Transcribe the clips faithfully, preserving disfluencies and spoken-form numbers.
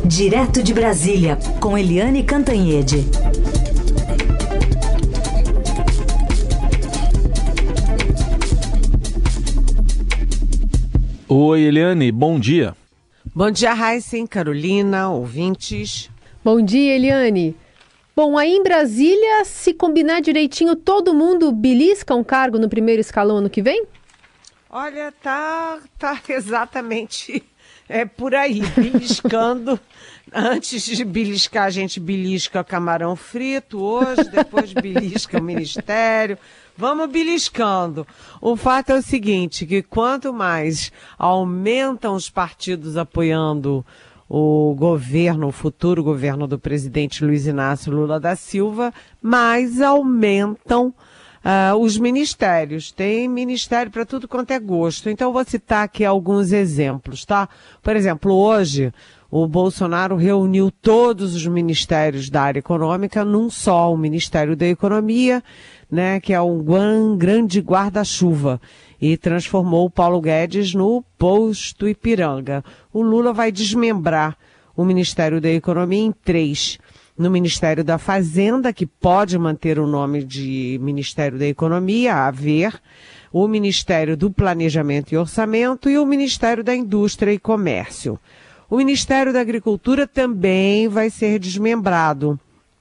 Direto de Brasília, com Eliane Cantanhede. Oi, Eliane, bom dia. Bom dia, Raíssen, Carolina, ouvintes. Bom dia, Eliane. Bom, aí em Brasília, se combinar direitinho, todo mundo belisca um cargo no primeiro escalão ano que vem? Olha, tá, tá exatamente é, por aí, beliscando. Antes de beliscar, a gente belisca camarão frito hoje, depois belisca o ministério. Vamos beliscando. O fato é o seguinte, que quanto mais aumentam os partidos apoiando o governo, o futuro governo do presidente Luiz Inácio Lula da Silva, mais aumentam uh, os ministérios. Tem ministério para tudo quanto é gosto. Então, eu vou citar aqui alguns exemplos, tá? Por exemplo, hoje o Bolsonaro reuniu todos os ministérios da área econômica num só, o Ministério da Economia, né, que é um grande guarda-chuva, e transformou o Paulo Guedes no posto Ipiranga. O Lula vai desmembrar o Ministério da Economia em três. No Ministério da Fazenda, que pode manter o nome de Ministério da Economia, a ver, o Ministério do Planejamento e Orçamento e o Ministério da Indústria e Comércio. O Ministério da Agricultura também vai ser desmembrado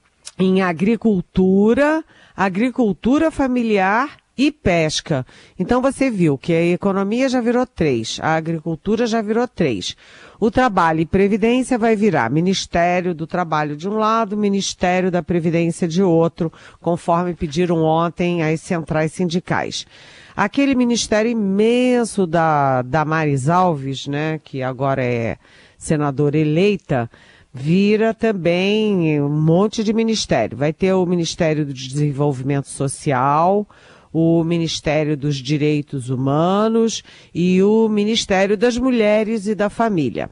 em agricultura, agricultura familiar e pesca. Então você viu que a economia já virou três, a agricultura já virou três. O trabalho e previdência vai virar Ministério do Trabalho de um lado, Ministério da Previdência de outro, conforme pediram ontem as centrais sindicais. Aquele ministério imenso da Damares Alves, né, que agora é senadora eleita, vira também um monte de ministério. Vai ter o Ministério do Desenvolvimento Social, o Ministério dos Direitos Humanos e o Ministério das Mulheres e da Família.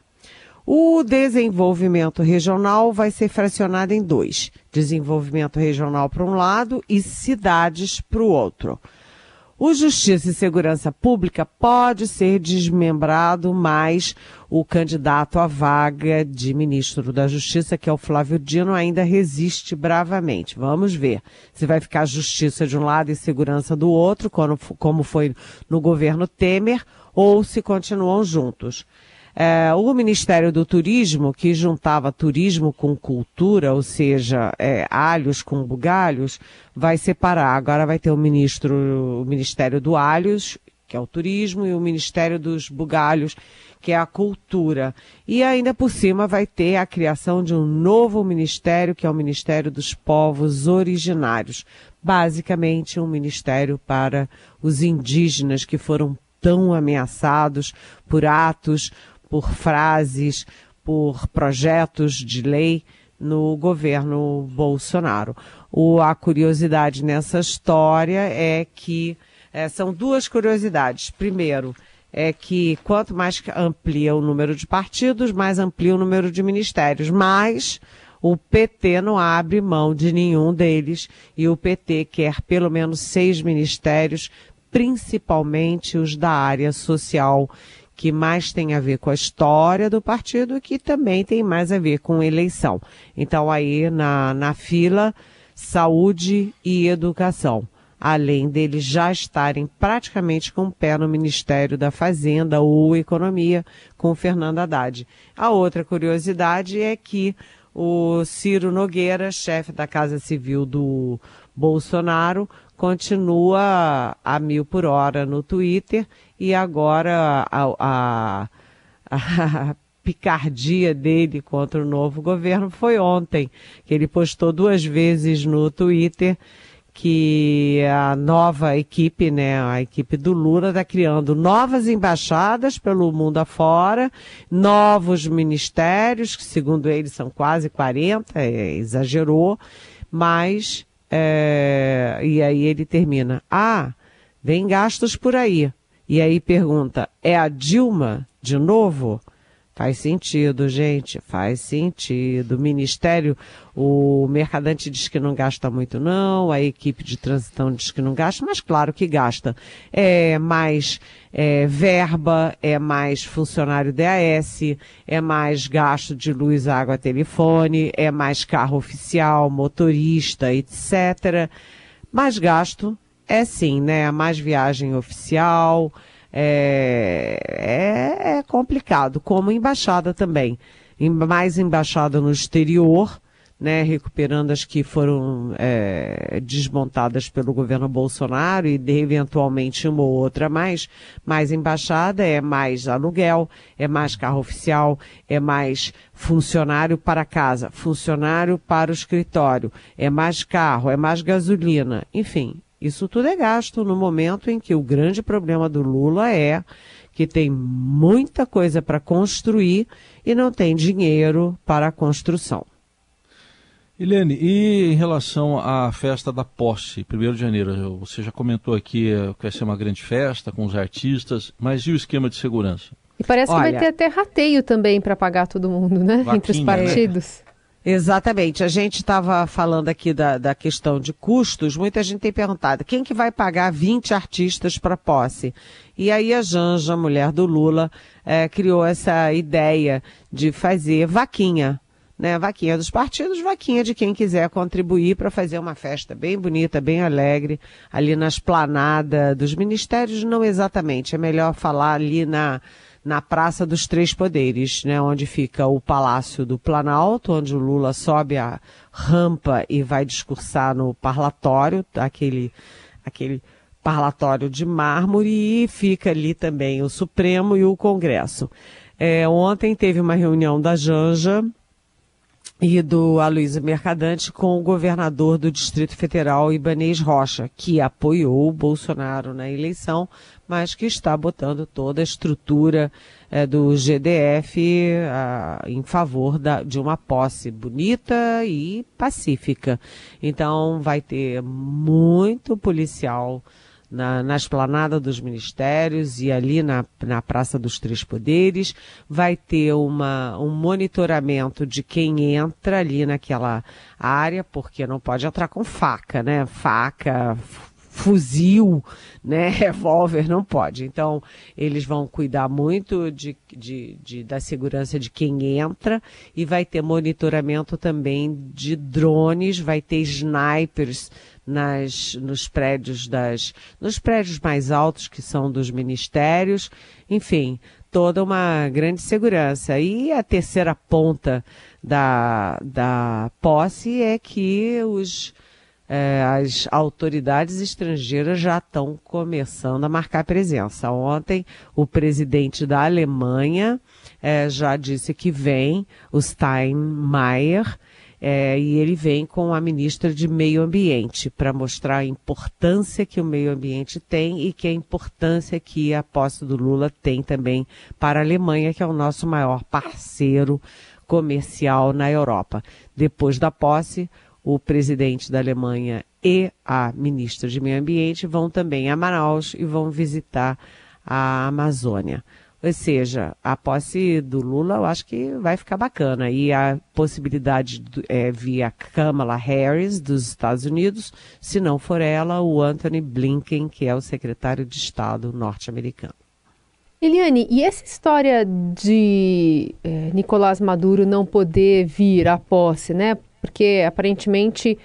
O desenvolvimento regional vai ser fracionado em dois. Desenvolvimento regional para um lado e cidades para o outro. O Justiça e Segurança Pública pode ser desmembrado, mas o candidato à vaga de ministro da Justiça, que é o Flávio Dino, ainda resiste bravamente. Vamos ver se vai ficar Justiça de um lado e Segurança do outro, como foi no governo Temer, ou se continuam juntos. É, o Ministério do Turismo, que juntava turismo com cultura, ou seja, é, alhos com bugalhos, vai separar. Agora vai ter o, ministro, o Ministério do Alhos, que é o turismo, e o Ministério dos Bugalhos, que é a cultura. E ainda por cima vai ter a criação de um novo ministério, que é o Ministério dos Povos Originários. Basicamente, um ministério para os indígenas que foram tão ameaçados por atos, por frases, por projetos de lei no governo Bolsonaro. O, a curiosidade nessa história é que, é, são duas curiosidades. Primeiro, é que quanto mais amplia o número de partidos, mais amplia o número de ministérios, mas o P T não abre mão de nenhum deles e o P T quer pelo menos seis ministérios, principalmente os da área social, que mais tem a ver com a história do partido e que também tem mais a ver com eleição. Então aí na, na fila, saúde e educação, além deles já estarem praticamente com o pé no Ministério da Fazenda ou Economia com Fernando Haddad. A outra curiosidade é que o Ciro Nogueira, chefe da Casa Civil do Bolsonaro, continua a mil por hora no Twitter e agora a, a, a picardia dele contra o novo governo foi ontem, que ele postou duas vezes no Twitter que a nova equipe, né, a equipe do Lula está criando novas embaixadas pelo mundo afora, novos ministérios, que segundo ele são quase quarenta, é, exagerou, mas É, e aí ele termina, ah, vem gastos por aí. E aí pergunta, é a Dilma de novo? Faz sentido, gente, faz sentido. O Ministério, o Mercadante diz que não gasta muito não, a equipe de transitão diz que não gasta, mas claro que gasta. É mais é, verba, é mais funcionário D A S, é mais gasto de luz, água, telefone, é mais carro oficial, motorista, etcétera. Mais gasto é sim, né? Mais viagem oficial. É, é, é complicado, como embaixada também. Mais embaixada no exterior, né, recuperando as que foram é, desmontadas pelo governo Bolsonaro e de, eventualmente uma ou outra mais. Mais embaixada é mais aluguel, é mais carro oficial, é mais funcionário para casa, funcionário para o escritório, é mais carro, é mais gasolina, enfim. Isso tudo é gasto no momento em que o grande problema do Lula é que tem muita coisa para construir e não tem dinheiro para a construção. Eliane, e em relação à festa da posse, primeiro de janeiro, você já comentou aqui que vai ser uma grande festa com os artistas, mas e o esquema de segurança? E parece Olha, que vai ter até rateio também para pagar todo mundo, né? Vaquinha, entre os partidos. Né? Exatamente. A gente estava falando aqui da, da questão de custos. Muita gente tem perguntado, quem que vai pagar vinte artistas para posse? E aí a Janja, mulher do Lula, é, criou essa ideia de fazer vaquinha, né? Vaquinha dos partidos, vaquinha de quem quiser contribuir para fazer uma festa bem bonita, bem alegre, ali na esplanada dos ministérios, não exatamente. É melhor falar ali na... na Praça dos Três Poderes, né, onde fica o Palácio do Planalto, onde o Lula sobe a rampa e vai discursar no parlatório, aquele, aquele parlatório de mármore, e fica ali também o Supremo e o Congresso. É, ontem teve uma reunião da Janja e do Aloysio Mercadante com o governador do Distrito Federal, Ibanez Rocha, que apoiou o Bolsonaro na eleição, mas que está botando toda a estrutura é, do G D F a, em favor da, de uma posse bonita e pacífica. Então vai ter muito policial Na, na esplanada dos ministérios e ali na, na Praça dos Três Poderes. Vai ter uma, um monitoramento de quem entra ali naquela área, porque não pode entrar com faca, né? Faca, fuzil, né? Revólver, não pode. Então, eles vão cuidar muito de, de, de, da segurança de quem entra, e vai ter monitoramento também de drones, vai ter snipers Nas, nos prédios das, nos prédios mais altos, que são dos ministérios, enfim, toda uma grande segurança. E a terceira ponta da, da posse é que os, eh, as autoridades estrangeiras já estão começando a marcar presença. Ontem, o presidente da Alemanha eh, já disse que vem, o Steinmeier, É, e ele vem com a ministra de Meio Ambiente para mostrar a importância que o meio ambiente tem e que a importância que a posse do Lula tem também para a Alemanha, que é o nosso maior parceiro comercial na Europa. Depois da posse, o presidente da Alemanha e a ministra de Meio Ambiente vão também a Manaus e vão visitar a Amazônia. Ou seja, a posse do Lula eu acho que vai ficar bacana. E a possibilidade é via Kamala Harris, dos Estados Unidos, se não for ela, o Antony Blinken, que é o secretário de Estado norte-americano. Eliane, e essa história de é, Nicolás Maduro não poder vir à posse, né? Porque aparentemente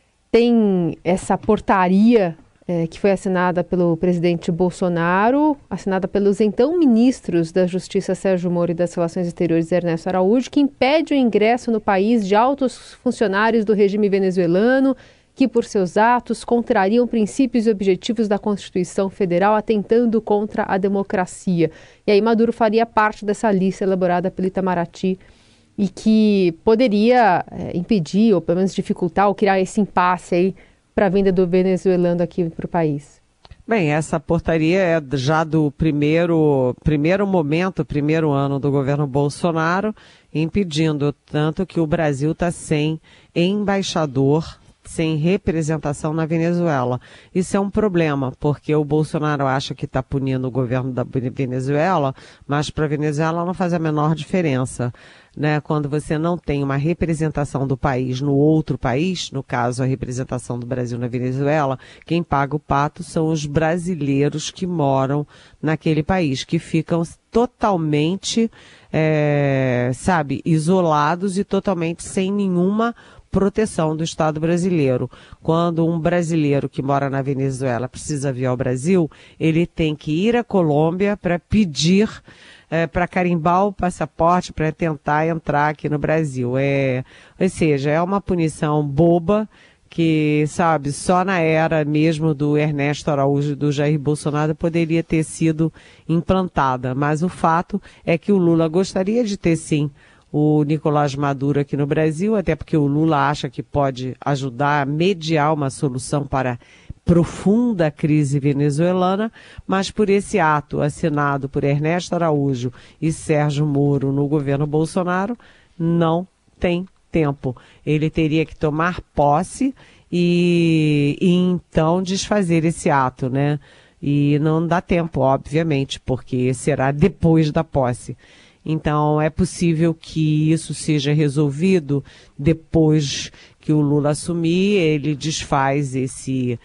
tem essa portaria É, que foi assinada pelo presidente Bolsonaro, assinada pelos então ministros da Justiça Sérgio Moro e das Relações Exteriores Ernesto Araújo, que impede o ingresso no país de altos funcionários do regime venezuelano que, por seus atos, contrariam princípios e objetivos da Constituição Federal, atentando contra a democracia. E aí Maduro faria parte dessa lista elaborada pelo Itamaraty e que poderia é, impedir, ou pelo menos dificultar, ou criar esse impasse aí para a vinda do venezuelano aqui para o país? Bem, essa portaria é já do primeiro, primeiro momento, primeiro ano do governo Bolsonaro, impedindo tanto que o Brasil está sem embaixador sem representação na Venezuela. Isso é um problema, porque o Bolsonaro acha que está punindo o governo da Venezuela, mas para a Venezuela não faz a menor diferença, né? Quando você não tem uma representação do país no outro país, no caso a representação do Brasil na Venezuela, quem paga o pato são os brasileiros que moram naquele país, que ficam totalmente, é, sabe, isolados e totalmente sem nenhuma proteção do Estado brasileiro. Quando um brasileiro que mora na Venezuela precisa vir ao Brasil, ele tem que ir à Colômbia para pedir, é, para carimbar o passaporte, para tentar entrar aqui no Brasil. É, ou seja, é uma punição boba que, sabe, só na era mesmo do Ernesto Araújo e do Jair Bolsonaro poderia ter sido implantada. Mas o fato é que o Lula gostaria de ter, sim, o Nicolás Maduro aqui no Brasil, até porque o Lula acha que pode ajudar a mediar uma solução para a profunda crise venezuelana, mas por esse ato assinado por Ernesto Araújo e Sérgio Moro no governo Bolsonaro, não tem tempo. Ele teria que tomar posse e, e então desfazer esse ato, né? E não dá tempo, obviamente, porque será depois da posse. Então, é possível que isso seja resolvido depois que o Lula assumir, ele desfaz esse,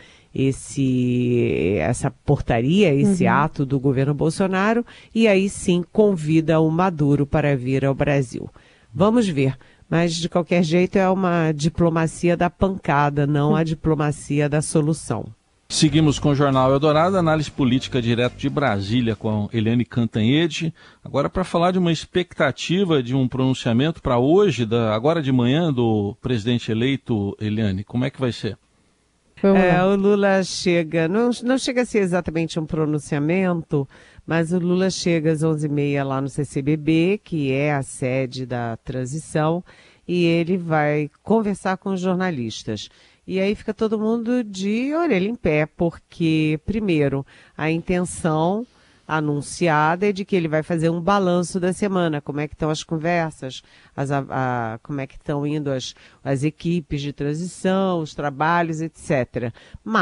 esse, essa portaria, esse uhum. ato do governo Bolsonaro, e aí sim convida o Maduro para vir ao Brasil. Vamos ver. Mas, de qualquer jeito, é uma diplomacia da pancada, não a diplomacia da solução. Seguimos com o Jornal Eldorado, análise política direto de Brasília com Eliane Cantanhede. Agora para falar de uma expectativa de um pronunciamento para hoje, da, agora de manhã, do presidente eleito, Eliane. Como é que vai ser? É, o Lula chega, não, não chega a ser exatamente um pronunciamento, mas o Lula chega às onze e meia lá no C C B B, que é a sede da transição, e ele vai conversar com os jornalistas. E aí fica todo mundo de orelha em pé, porque, primeiro, a intenção anunciada é de que ele vai fazer um balanço da semana, como é que estão as conversas, as, a, a, como é que estão indo as, as equipes de transição, os trabalhos, etcétera.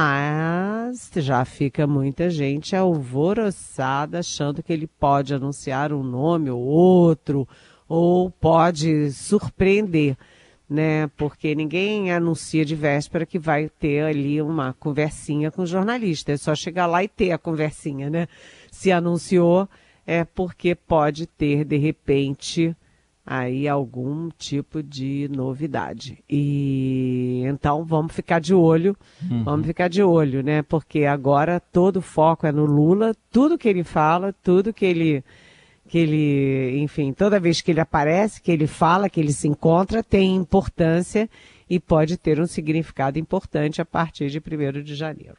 Mas já fica muita gente alvoroçada achando que ele pode anunciar um nome ou outro, ou pode surpreender, né? Porque ninguém anuncia de véspera que vai ter ali uma conversinha com o jornalista. É só chegar lá e ter a conversinha, né? Se anunciou, é porque pode ter, de repente, aí algum tipo de novidade. E então vamos ficar de olho, uhum. vamos ficar de olho, né? Porque agora todo o foco é no Lula, tudo que ele fala, tudo que ele... que ele, enfim, toda vez que ele aparece, que ele fala, que ele se encontra, tem importância e pode ter um significado importante a partir de primeiro de janeiro.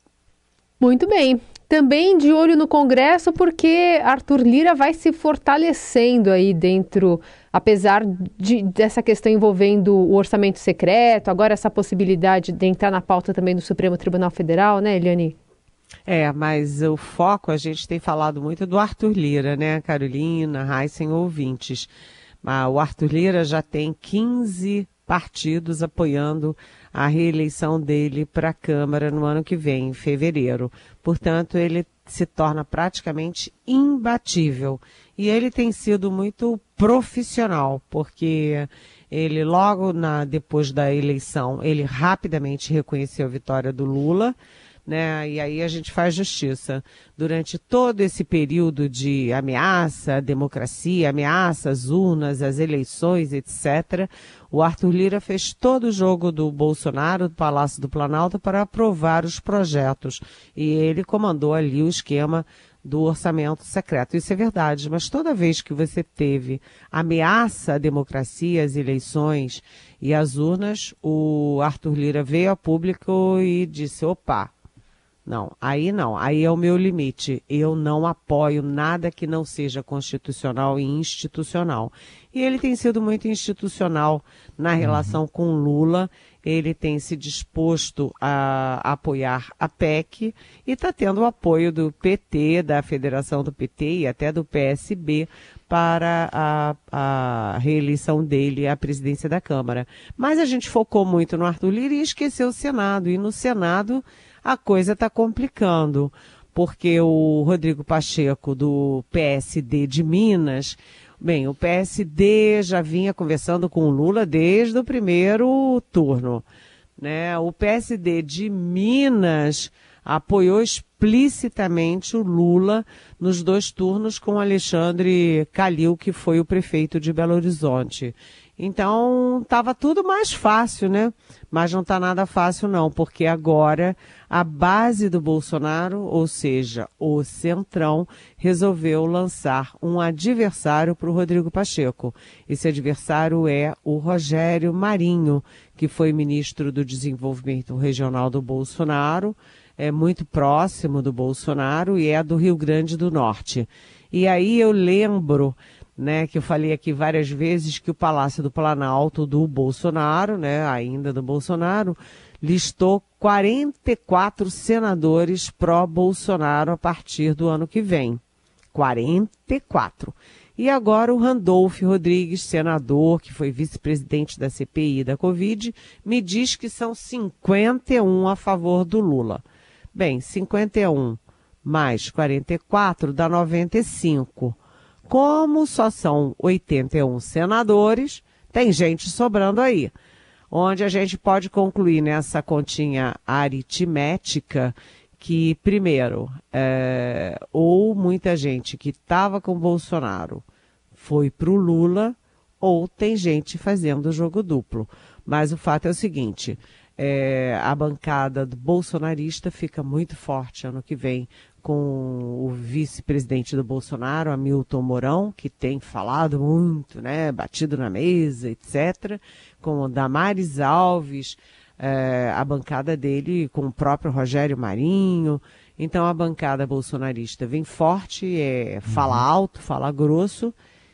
Muito bem. Também de olho no Congresso, porque Arthur Lira vai se fortalecendo aí dentro, apesar de, dessa questão envolvendo o orçamento secreto, agora essa possibilidade de entrar na pauta também do Supremo Tribunal Federal, né, Eliane? É, mas o foco, a gente tem falado muito do Arthur Lira, né, Carolina, Heisen, ouvintes. Mas o Arthur Lira já tem quinze partidos apoiando a reeleição dele para a Câmara no ano que vem, em fevereiro. Portanto, ele se torna praticamente imbatível. E ele tem sido muito profissional, porque ele logo na, depois da eleição, ele rapidamente reconheceu a vitória do Lula, né? E aí a gente faz justiça. Durante todo esse período de ameaça à democracia, ameaça às urnas, às eleições, etcétera, o Arthur Lira fez todo o jogo do Bolsonaro, do Palácio do Planalto, para aprovar os projetos. E ele comandou ali o esquema do orçamento secreto. Isso é verdade, mas toda vez que você teve ameaça à democracia, às eleições e às urnas, o Arthur Lira veio a público e disse, opa, não, aí não, aí é o meu limite. Eu não apoio nada que não seja constitucional e institucional. E ele tem sido muito institucional na relação uhum. com Lula. Ele tem se disposto a apoiar a P E C e está tendo o apoio do P T, da Federação do P T e até do P S B para a, a reeleição dele à presidência da Câmara. Mas a gente focou muito no Arthur Lira e esqueceu o Senado. E no Senado a coisa está complicando, porque o Rodrigo Pacheco, do P S D de Minas, bem, o P S D já vinha conversando com o Lula desde o primeiro turno, né? O P S D de Minas apoiou explicitamente o Lula nos dois turnos com Alexandre Calil, que foi o prefeito de Belo Horizonte. Então, estava tudo mais fácil, né? Mas não está nada fácil não, porque agora a base do Bolsonaro, ou seja, o Centrão, resolveu lançar um adversário para o Rodrigo Pacheco. Esse adversário é o Rogério Marinho, que foi ministro do Desenvolvimento Regional do Bolsonaro, é muito próximo do Bolsonaro e é do Rio Grande do Norte. E aí eu lembro, né, que eu falei aqui várias vezes que o Palácio do Planalto do Bolsonaro, né, ainda do Bolsonaro, listou quarenta e quatro senadores pró-Bolsonaro a partir do ano que vem. quarenta e quatro. E agora o Randolfo Rodrigues, senador, que foi vice-presidente da C P I da Covid, me diz que são cinquenta e um a favor do Lula. Bem, cinquenta e um mais quarenta e quatro dá noventa e cinco. Como só são oitenta e um senadores, tem gente sobrando aí. Onde a gente pode concluir nessa continha aritmética que, primeiro, é, ou muita gente que estava com o Bolsonaro foi para o Lula, ou tem gente fazendo jogo duplo. Mas o fato é o seguinte, é, a bancada do bolsonarista fica muito forte ano que vem com o vice-presidente do Bolsonaro, Hamilton Mourão, que tem falado muito, né, batido na mesa, etcétera, com o Damares Alves, é, a bancada dele com o próprio Rogério Marinho. Então a bancada bolsonarista vem forte, é, fala alto, fala grosso,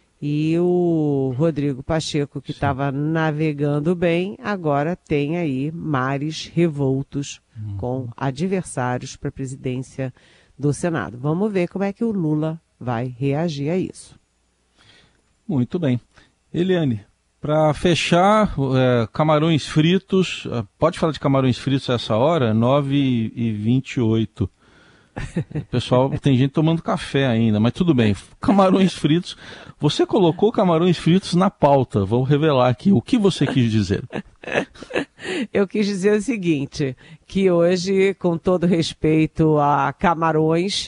e o Rodrigo Pacheco, que estava navegando bem, agora tem aí mares revoltos uhum. com adversários para a presidência do Senado. Vamos ver como é que o Lula vai reagir a isso. Muito bem. Eliane, para fechar, é, camarões fritos, pode falar de camarões fritos a essa hora? nove e vinte e oito. Pessoal, tem gente tomando café ainda, mas tudo bem. Camarões fritos. Você colocou camarões fritos na pauta. Vou revelar aqui. O que você quis dizer? Eu quis dizer o seguinte, que hoje, com todo respeito a camarões,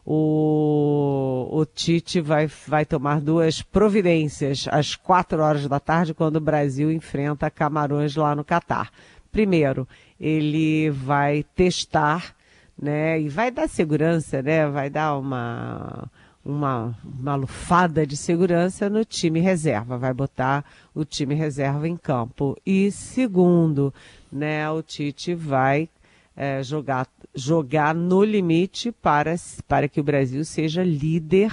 o, o Tite vai, vai tomar duas providências às quatro horas da tarde, quando o Brasil enfrenta Camarões lá no Catar. Primeiro, ele vai testar, né, e vai dar segurança, né, vai dar uma, uma, uma lufada de segurança no time reserva, vai botar o time reserva em campo. E segundo, né, o Tite vai é, jogar, jogar no limite para, para que o Brasil seja líder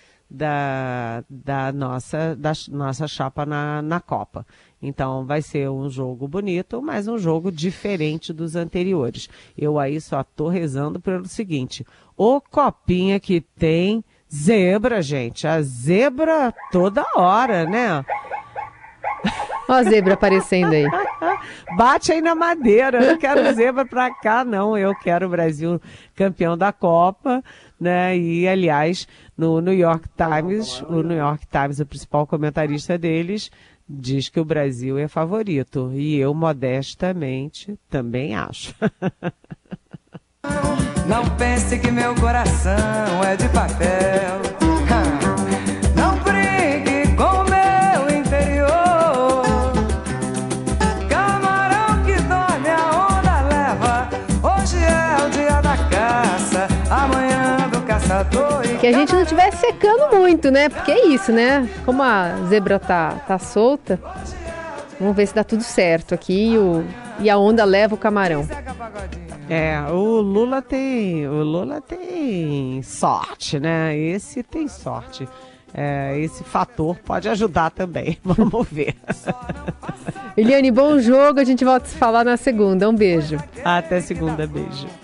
da, da, nossa, da nossa chapa na, na Copa. Então vai ser um jogo bonito, mas um jogo diferente dos anteriores. Eu aí só estou rezando pelo seguinte, o copinha que tem zebra, gente, a zebra toda hora, né? Ó a zebra aparecendo aí. Bate aí na madeira, eu não quero zebra pra cá, não. Eu quero o Brasil campeão da Copa, né? E, aliás, no New York Times, o New York Times, o principal comentarista deles, diz que o Brasil é favorito. E eu, modestamente, também acho. Não pense que meu coração é de papel. Não brinque com meu interior. Camarão que dorme, a onda leva. Hoje é o dia da caça, amanhã do caçador. Que a gente não estivesse secando muito, né? Porque é isso, né? Como a zebra tá, tá solta, vamos ver se dá tudo certo aqui e, o, e a onda leva o camarão. É, o Lula tem, o Lula tem sorte, né? Esse tem sorte. É, esse fator pode ajudar também. Vamos ver. Eliane, bom jogo. A gente volta a se falar na segunda. Um beijo. Até segunda, beijo.